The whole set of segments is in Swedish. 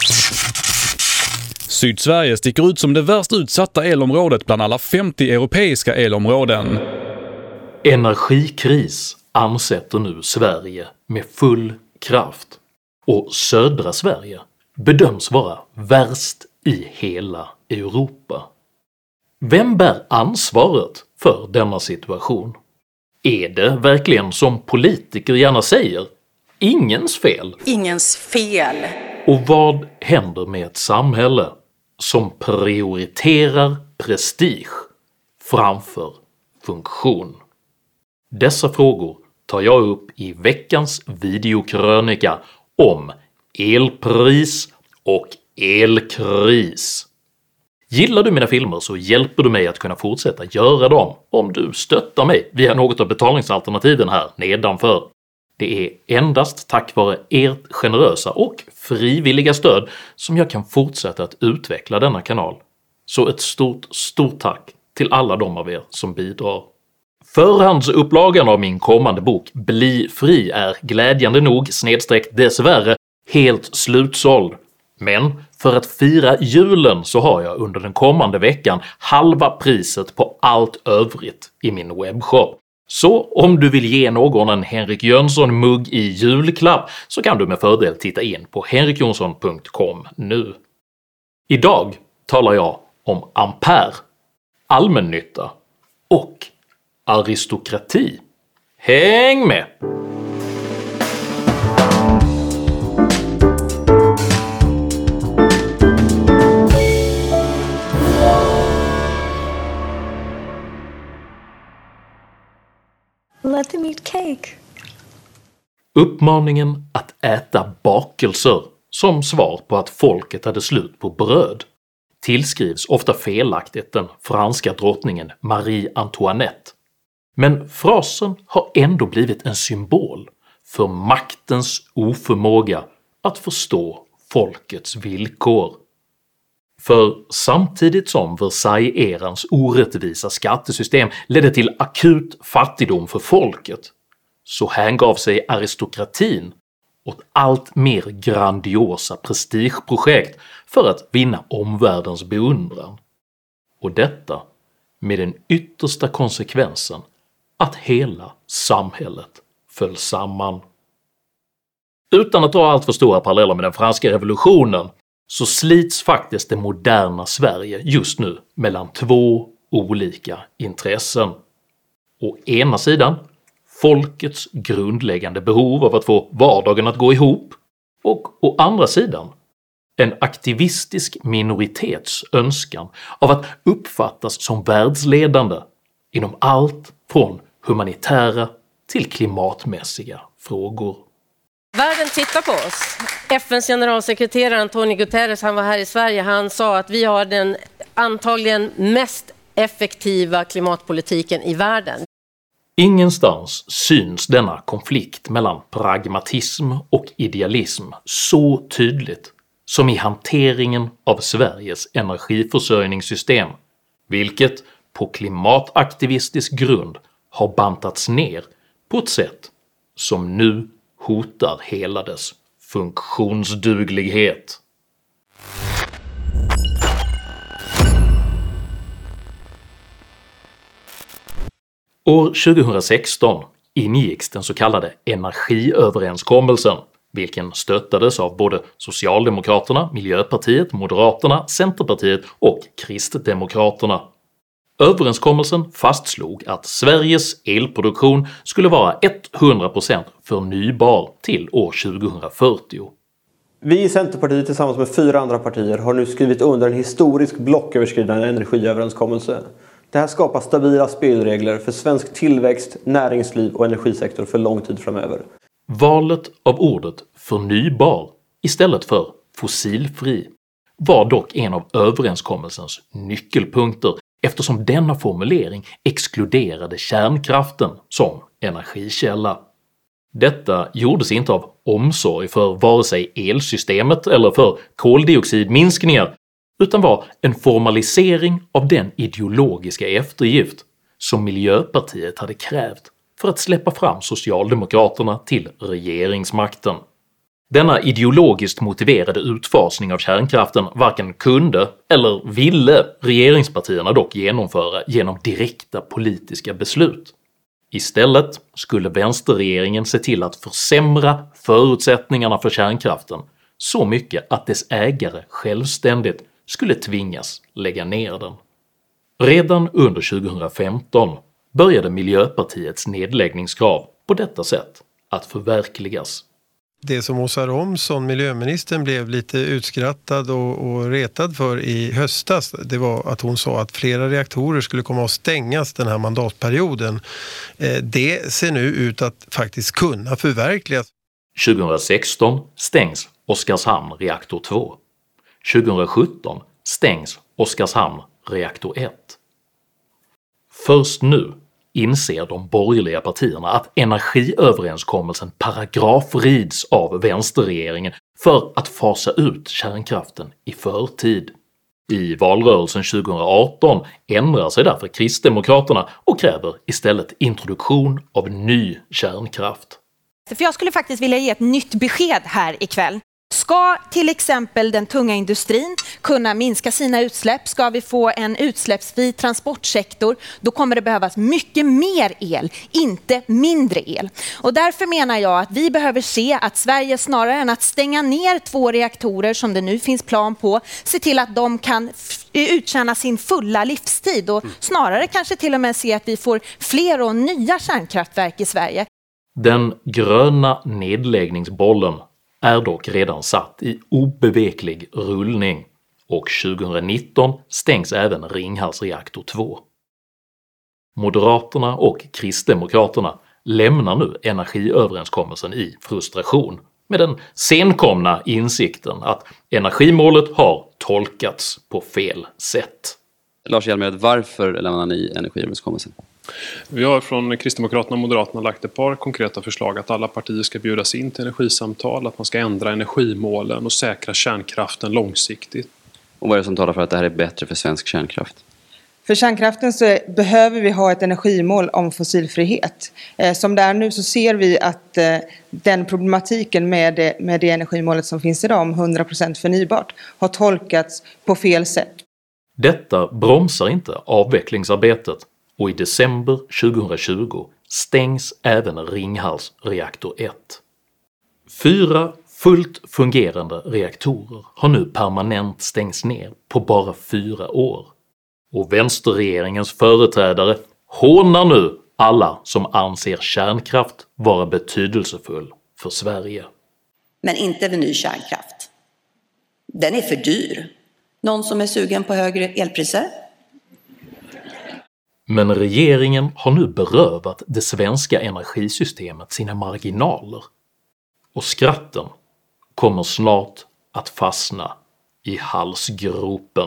Sydsverige sticker ut som det värst utsatta elområdet bland alla 50 europeiska elområden. Energikris ansätter nu Sverige med full kraft, och södra Sverige bedöms vara värst i hela Europa. Vem bär ansvaret för denna situation? Är det verkligen som politiker gärna säger, ingens fel? Ingens fel. Och vad händer med ett samhälle som prioriterar prestige framför funktion? Dessa frågor tar jag upp i veckans videokrönika om elpris och elkris. Gillar du mina filmer så hjälper du mig att kunna fortsätta göra dem om du stöttar mig via något av betalningsalternativen här nedanför. Det är endast tack vare ert generösa och frivilliga stöd som jag kan fortsätta att utveckla denna kanal. Så ett stort tack till alla de av er som bidrar. Förhandsupplagan av min kommande bok Bli fri är glädjande nog / dessvärre helt slutsåld, men för att fira julen så har jag under den kommande veckan halva priset på allt övrigt i min webbshop. Så om du vill ge någon en Henrik Jönsson-mugg i julklapp så kan du med fördel titta in på henrikjonsson.com nu. Idag talar jag om ampere, allmännytta och aristokrati. Häng med! Let them eat cake. Uppmaningen att äta bakelser som svar på att folket hade slut på bröd tillskrivs ofta felaktigt den franska drottningen Marie Antoinette, men frasen har ändå blivit en symbol för maktens oförmåga att förstå folkets villkor. För samtidigt som Versailles-erans orättvisa skattesystem ledde till akut fattigdom för folket, så hängav sig aristokratin åt allt mer grandiosa prestigeprojekt för att vinna omvärldens beundran, och detta med den yttersta konsekvensen att hela samhället föll samman. Utan att dra allt för stora paralleller med den franska revolutionen så slits faktiskt det moderna Sverige just nu mellan två olika intressen. Å ena sidan folkets grundläggande behov av att få vardagen att gå ihop, och å andra sidan en aktivistisk minoritets önskan av att uppfattas som världsledande inom allt från humanitära till klimatmässiga frågor. Världen tittar på oss. FNs generalsekreterare Antonio Guterres, han var här i Sverige, han sa att vi har den antagligen mest effektiva klimatpolitiken i världen. Ingenstans syns denna konflikt mellan pragmatism och idealism så tydligt som i hanteringen av Sveriges energiförsörjningssystem, vilket på klimataktivistisk grund har bantats ner på ett sätt som nu hotar hela dess funktionsduglighet. År 2016 ingicks den så kallade energiöverenskommelsen, vilken stöttades av både Socialdemokraterna, Miljöpartiet, Moderaterna, Centerpartiet och Kristdemokraterna. Överenskommelsen fastslog att Sveriges elproduktion skulle vara 100% förnybar till år 2040. Vi i Centerpartiet tillsammans med 4 andra partier har nu skrivit under en historisk blocköverskridande energiöverenskommelse. Det här skapar stabila spelregler för svensk tillväxt, näringsliv och energisektor för lång tid framöver. Valet av ordet förnybar istället för fossilfri var dock en av överenskommelsens nyckelpunkter, eftersom denna formulering exkluderade kärnkraften som energikälla. Detta gjordes inte av omsorg för vare sig elsystemet eller för koldioxidminskningar, utan var en formalisering av den ideologiska eftergift som Miljöpartiet hade krävt för att släppa fram Socialdemokraterna till regeringsmakten. Denna ideologiskt motiverade utfasning av kärnkraften varken kunde eller ville regeringspartierna dock genomföra genom direkta politiska beslut. Istället skulle vänsterregeringen se till att försämra förutsättningarna för kärnkraften så mycket att dess ägare självständigt skulle tvingas lägga ner den. Redan under 2015 började Miljöpartiets nedläggningskrav på detta sätt att förverkligas. Det som Åsa Romson, miljöministern, blev lite utskrattad och retad för i höstas, det var att hon sa att flera reaktorer skulle komma att stängas den här mandatperioden. Det ser nu ut att faktiskt kunna förverkligas. 2016 stängs Oskarshamn reaktor 2. 2017 stängs Oskarshamn reaktor 1. Först nu inser de borgerliga partierna att energiöverenskommelsen paragrafrids av vänsterregeringen för att fasa ut kärnkraften i förtid. I valrörelsen 2018 ändrar sig därför Kristdemokraterna och kräver istället introduktion av ny kärnkraft. För jag skulle faktiskt vilja ge ett nytt besked här ikväll. Ska till exempel den tunga industrin kunna minska sina utsläpp, ska vi få en utsläppsfri transportsektor, då kommer det behövas mycket mer el, inte mindre el. Och därför menar jag att vi behöver se att Sverige snarare än att stänga ner 2 reaktorer som det nu finns plan på, se till att de kan uttjäna sin fulla livstid och snarare kanske till och med se att vi får fler och nya kärnkraftverk i Sverige. Den gröna nedläggningsbollen är dock redan satt i obeveklig rullning och 2019 stängs även Ringhals reaktor 2. Moderaterna och Kristdemokraterna lämnar nu energiöverenskommelsen i frustration med den senkomna insikten att energimålet har tolkats på fel sätt. Lars Hjälmered, varför lämnar ni energiöverenskommelsen? Vi har från Kristdemokraterna och Moderaterna lagt ett par konkreta förslag att alla partier ska bjudas in till energisamtal, att man ska ändra energimålen och säkra kärnkraften långsiktigt. Och vad är det som talar för att det här är bättre för svensk kärnkraft? För kärnkraften så behöver vi ha ett energimål om fossilfrihet. Som det är nu så ser vi att den problematiken med det energimålet som finns idag om 100% förnybart har tolkats på fel sätt. Detta bromsar inte avvecklingsarbetet och i december 2020 stängs även Ringhals reaktor 1. 4 fullt fungerande reaktorer har nu permanent stängts ner på bara 4 år. Och vänsterregeringens företrädare hånar nu alla som anser kärnkraft vara betydelsefull för Sverige. Men inte vid ny kärnkraft. Den är för dyr. Någon som är sugen på högre elpriser? Men regeringen har nu berövat det svenska energisystemet sina marginaler. Och skratten kommer snart att fastna i halsgropen.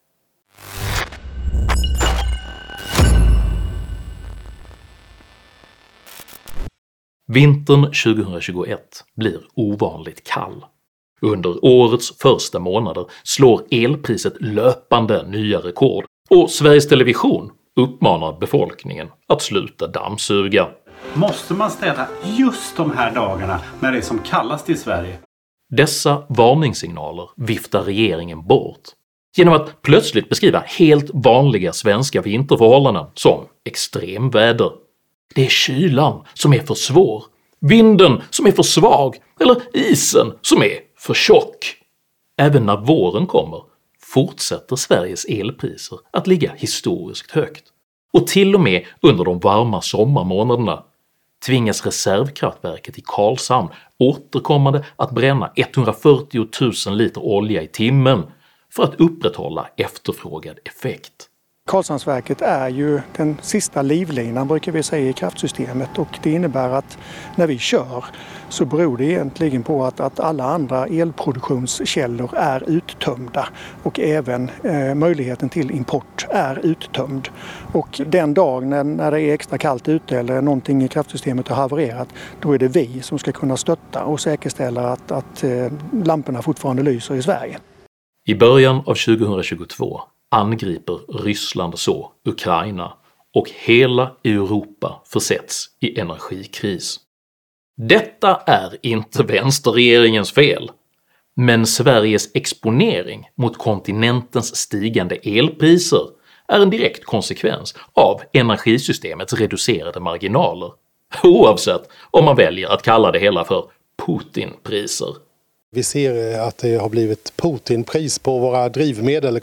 Vintern 2021 blir ovanligt kall. Under årets första månader slår elpriset löpande nya rekord och Sveriges Television uppmanar befolkningen att sluta dammsuga. Måste man städa just de här dagarna när det är som kallast i Sverige? Dessa varningssignaler viftar regeringen bort genom att plötsligt beskriva helt vanliga svenska vinterförhållanden som extremväder. Det är kylan som är för svår, vinden som är för svag eller isen som är för tjock. Även när våren kommer fortsätter Sveriges elpriser att ligga historiskt högt. Och till och med under de varma sommarmånaderna tvingas reservkraftverket i Karlshamn återkommande att bränna 140 000 liter olja i timmen för att upprätthålla efterfrågad effekt. Karlshamnsverket är ju den sista livlinan brukar vi säga i kraftsystemet och det innebär att när vi kör så beror det egentligen på att alla andra elproduktionskällor är uttömda och även möjligheten till import är uttömd. Och den dag när det är extra kallt ute eller någonting i kraftsystemet har havererat, då är det vi som ska kunna stötta och säkerställa att lamporna fortfarande lyser i Sverige. I början av 2022 angriper Ryssland så Ukraina och hela Europa försätts i energikris. Detta är inte vänsterregeringens fel, men Sveriges exponering mot kontinentens stigande elpriser är en direkt konsekvens av energisystemets reducerade marginaler, oavsett om man väljer att kalla det hela för Putinpriser. Vi ser att det har blivit Putinpris på våra drivmedel.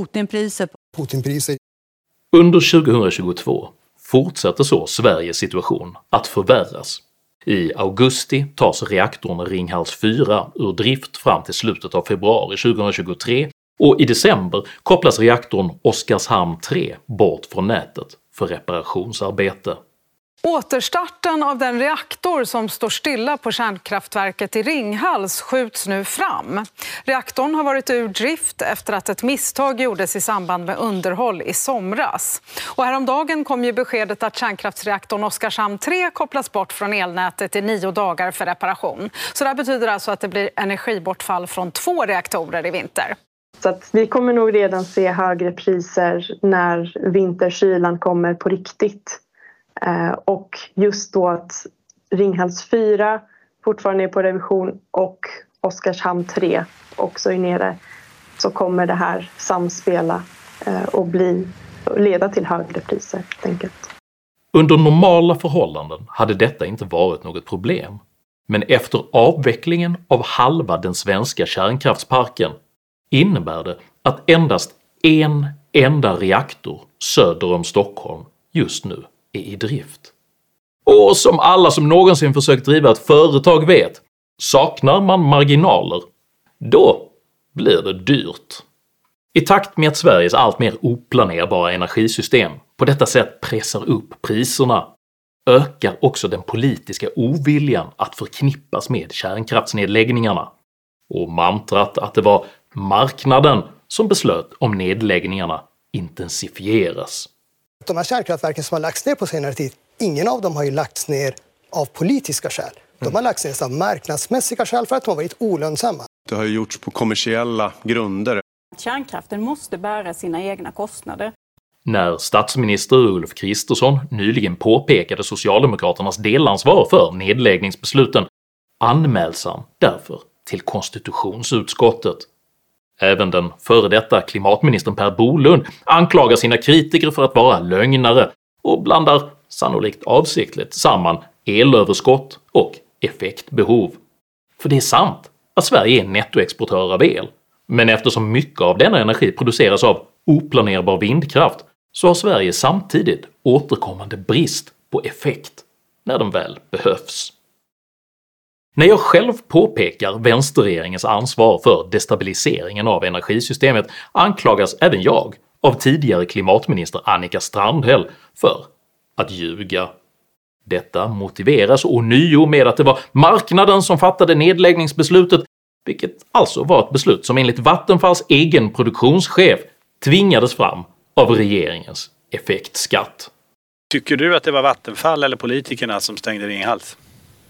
Putinpriser. Under 2022 fortsätter så Sveriges situation att förvärras. I augusti tas reaktorn Ringhals 4 ur drift fram till slutet av februari 2023 och i december kopplas reaktorn Oskarshamn 3 bort från nätet för reparationsarbete. Återstarten av den reaktor som står stilla på kärnkraftverket i Ringhals skjuts nu fram. Reaktorn har varit ur drift efter att ett misstag gjordes i samband med underhåll i somras. Och häromdagen kom ju beskedet att kärnkraftsreaktorn Oskarshamn 3 kopplas bort från elnätet i 9 dagar för reparation. Så det här betyder alltså att det blir energibortfall från 2 reaktorer i vinter. Så att vi kommer nog redan se högre priser när vinterkylan kommer på riktigt. Och just då att Ringhals 4 fortfarande är på revision och Oskarshamn 3 också är nere, så kommer det här samspela och leda till högre priser helt enkelt. Under normala förhållanden hade detta inte varit något problem, men efter avvecklingen av halva den svenska kärnkraftsparken innebär det att endast en enda reaktor söder om Stockholm just nu är i drift. Och som alla som någonsin försökt driva ett företag vet, saknar man marginaler, då blir det dyrt. I takt med att Sveriges allt mer oplanerbara energisystem på detta sätt pressar upp priserna ökar också den politiska oviljan att förknippas med kärnkraftsnedläggningarna, och mantrat att det var marknaden som beslöt om nedläggningarna intensifieras. De här kärnkraftverken som har lagts ner på senare tid, ingen av dem har ju lagts ner av politiska skäl. De har lagts ner av marknadsmässiga skäl för att de har varit olönsamma. Det har gjorts på kommersiella grunder. Kärnkraften måste bära sina egna kostnader. När statsminister Ulf Kristersson nyligen påpekade Socialdemokraternas delansvar för nedläggningsbesluten anmäls han därför till konstitutionsutskottet. Även den före detta klimatministern Per Bolund anklagar sina kritiker för att vara lögnare och blandar sannolikt avsiktligt samman elöverskott och effektbehov. För det är sant att Sverige är nettoexportör av el, men eftersom mycket av denna energi produceras av oplanerbar vindkraft så har Sverige samtidigt återkommande brist på effekt när den väl behövs. När jag själv påpekar vänsterregeringens ansvar för destabiliseringen av energisystemet anklagas även jag av tidigare klimatminister Annika Strandhäll för att ljuga. Detta motiveras ånyo med att det var marknaden som fattade nedläggningsbeslutet, vilket alltså var ett beslut som enligt Vattenfalls egen produktionschef tvingades fram av regeringens effektskatt. Tycker du att det var Vattenfall eller politikerna som stängde Ringhals?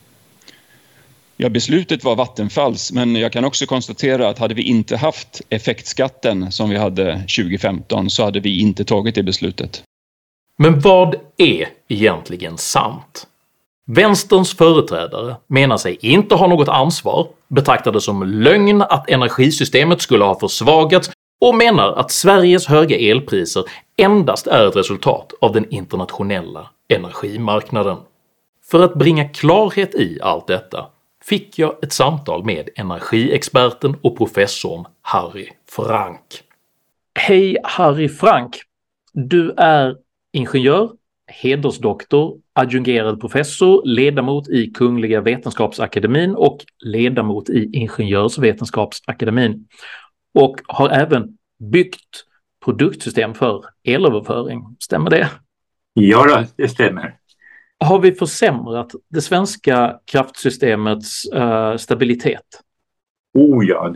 Ja, beslutet var Vattenfalls, men jag kan också konstatera att hade vi inte haft effektskatten som vi hade 2015 så hade vi inte tagit det beslutet. Men vad är egentligen sant? Vänsterns företrädare menar sig inte ha något ansvar, betraktar det som lögn att energisystemet skulle ha försvagats och menar att Sveriges höga elpriser endast är ett resultat av den internationella energimarknaden. För att bringa klarhet i allt detta fick jag ett samtal med energiexperten och professorn Harry Frank. Hej Harry Frank! Du är ingenjör, hedersdoktor, adjungerad professor, ledamot i Kungliga Vetenskapsakademin och ledamot i Ingenjörsvetenskapsakademin och har även byggt produktsystem för elöverföring. Stämmer det? Ja, det stämmer. Har vi försämrat det svenska kraftsystemets stabilitet? Oh ja,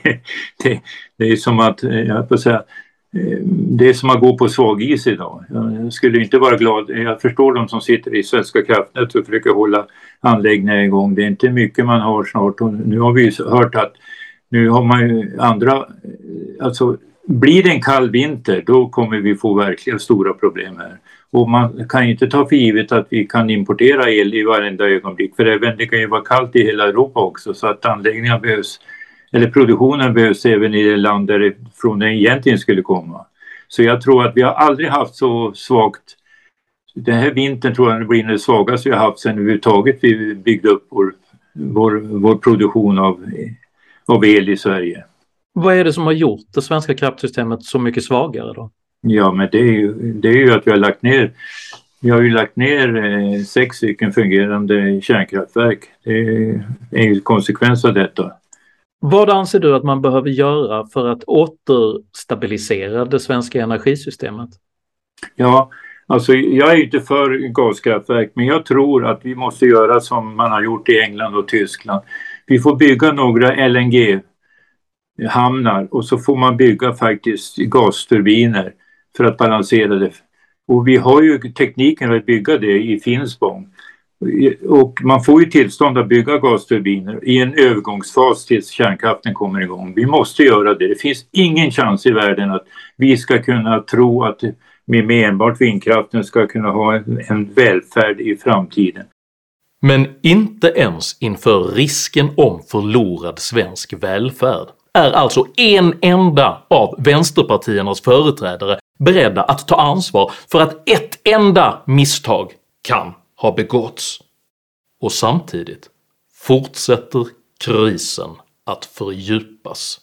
det är som att, jag får säga, det är som att gå på svag is idag. Jag skulle inte vara glad. Jag förstår de som sitter i Svenska kraftnät och försöker hålla anläggningar igång. Det är inte mycket man har snart. Och nu har vi hört att nu har man ju andra, alltså blir det en kall vinter, då kommer vi få verkligen stora problem här. Och man kan inte ta för givet att vi kan importera el i varenda ögonblick, för det kan ju vara kallt i hela Europa också, så att anläggningar behövs, eller produktionen behövs även i det land därifrån den egentligen skulle komma. Så jag tror att vi har aldrig haft så svagt, den här vintern tror jag det blir det svagaste vi har haft sedan överhuvudtaget vi byggde upp vår produktion av el i Sverige. Vad är det som har gjort det svenska kraftsystemet så mycket svagare då? Ja, men det är ju att vi har lagt ner 6 stycken fungerande kärnkraftverk. Det är ju konsekvens av detta. Vad anser du att man behöver göra för att återstabilisera det svenska energisystemet? Ja, alltså jag är inte för gaskraftverk, men jag tror att vi måste göra som man har gjort i England och Tyskland. Vi får bygga några LNG-hamnar och så får man bygga faktiskt gasturbiner för att balansera det. Och vi har ju tekniken att bygga det i Finspång. Och man får ju tillstånd att bygga gasturbiner i en övergångsfas tills kärnkraften kommer igång. Vi måste göra det. Det finns ingen chans i världen att vi ska kunna tro att med enbart vindkraften ska kunna ha en välfärd i framtiden. Men inte ens inför risken om förlorad svensk välfärd är alltså en enda av vänsterpartiernas företrädare beredda att ta ansvar för att ett enda misstag kan ha begåtts. Och samtidigt fortsätter krisen att fördjupas.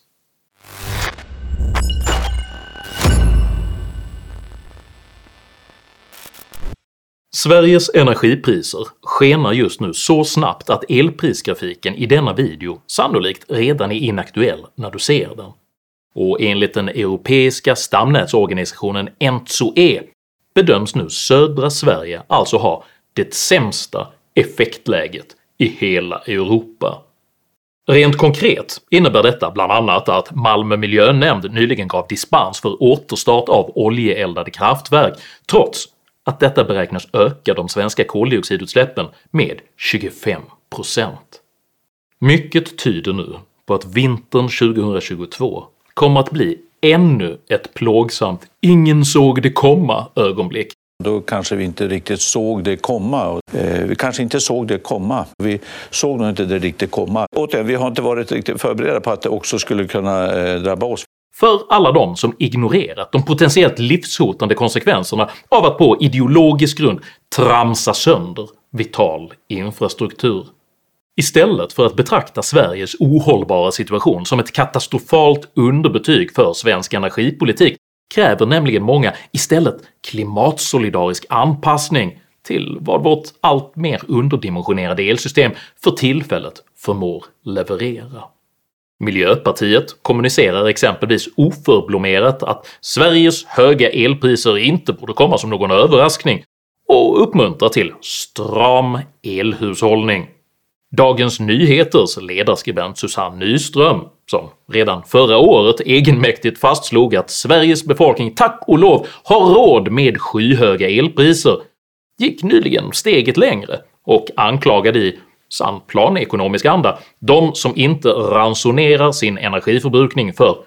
Sveriges energipriser skenar just nu så snabbt att elprisgrafiken i denna video sannolikt redan är inaktuell när du ser den. Och enligt den europeiska stamnätsorganisationen ENTSO-E bedöms nu södra Sverige alltså ha det sämsta effektläget i hela Europa. Rent konkret innebär detta bland annat att Malmö miljönämnd nyligen gav dispens för återstart av oljeeldade kraftverk, trots att detta beräknas öka de svenska koldioxidutsläppen med 25%. Mycket tyder nu på att vintern 2022 kommer att bli ännu ett plågsamt ”ingen såg det komma” ögonblick. Då kanske vi inte riktigt såg det komma. Vi kanske inte såg det komma. Vi såg nog inte det riktigt komma. Återigen, vi har inte varit riktigt förberedda på att det också skulle kunna drabba oss. För alla de som ignorerat de potentiellt livshotande konsekvenserna av att på ideologisk grund tramsa sönder vital infrastruktur. Istället för att betrakta Sveriges ohållbara situation som ett katastrofalt underbetyg för svensk energipolitik kräver nämligen många istället klimatsolidarisk anpassning till vad vårt allt mer underdimensionerade elsystem för tillfället förmår leverera. Miljöpartiet kommunicerar exempelvis oförblommerat att Sveriges höga elpriser inte borde komma som någon överraskning och uppmuntrar till stram elhushållning. Dagens Nyheters ledarskribent Susanne Nyström, som redan förra året egenmäktigt fastslog att Sveriges befolkning tack och lov har råd med skyhöga elpriser, gick nyligen steget längre och anklagade i sann planekonomisk anda de som inte ransonerar sin energiförbrukning för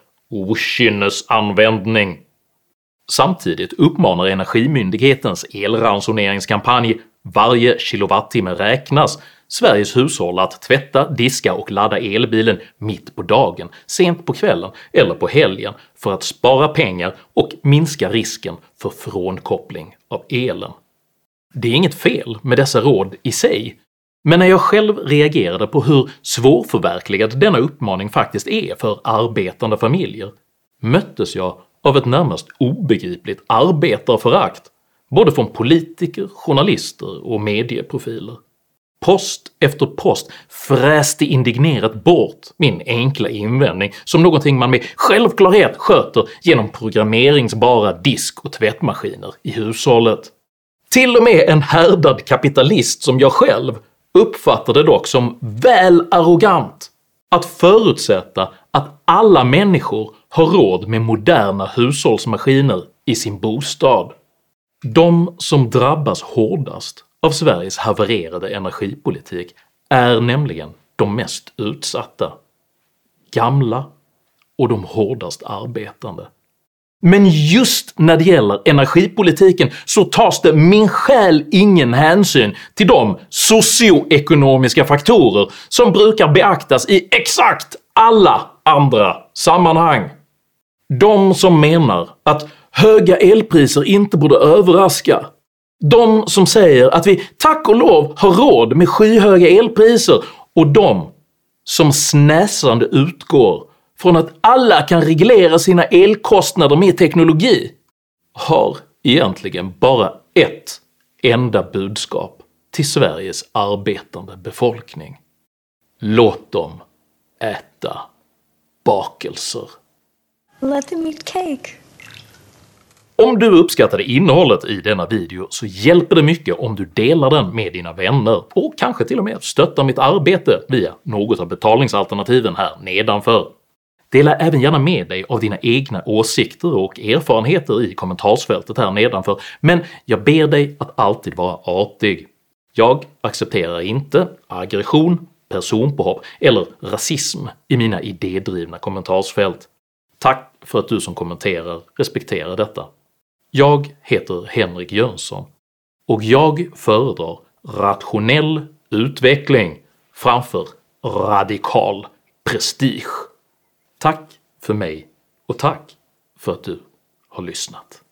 okynnesanvändning. Samtidigt uppmanar Energimyndighetens elransoneringskampanj “Varje kilowattimme räknas” Sveriges hushåll att tvätta, diska och ladda elbilen mitt på dagen, sent på kvällen eller på helgen för att spara pengar och minska risken för frånkoppling av elen. Det är inget fel med dessa råd i sig, men när jag själv reagerade på hur svårförverkligad denna uppmaning faktiskt är för arbetande familjer möttes jag av ett närmast obegripligt arbetarförakt både från politiker, journalister och medieprofiler. Post efter post fräste indignerat bort min enkla invändning som någonting man med självklarhet sköter genom programmeringsbara disk- och tvättmaskiner i hushållet. Till och med en härdad kapitalist som jag själv uppfattade dock som väl arrogant att förutsätta att alla människor har råd med moderna hushållsmaskiner i sin bostad. De som drabbas hårdast av Sveriges havererade energipolitik är nämligen de mest utsatta, gamla och de hårdast arbetande. Men just när det gäller energipolitiken så tas det min själ ingen hänsyn till de socioekonomiska faktorer som brukar beaktas i exakt alla andra sammanhang. De som menar att höga elpriser inte borde överraska, de som säger att vi tack och lov har råd med skyhöga elpriser, och de som snäsande utgår från att alla kan reglera sina elkostnader med teknologi, har egentligen bara ett enda budskap till Sveriges arbetande befolkning. Låt dem äta bakelser. Let them eat cake. Om du uppskattade innehållet i denna video så hjälper det mycket om du delar den med dina vänner och kanske till och med stöttar mitt arbete via något av betalningsalternativen här nedanför. Dela även gärna med dig av dina egna åsikter och erfarenheter i kommentarsfältet här nedanför, men jag ber dig att alltid vara artig. Jag accepterar inte aggression, personpåhopp eller rasism i mina idédrivna kommentarsfält. Tack för att du som kommenterar respekterar detta. Jag heter Henrik Jönsson och jag föredrar rationell utveckling framför radikal prestige. Tack för mig och tack för att du har lyssnat.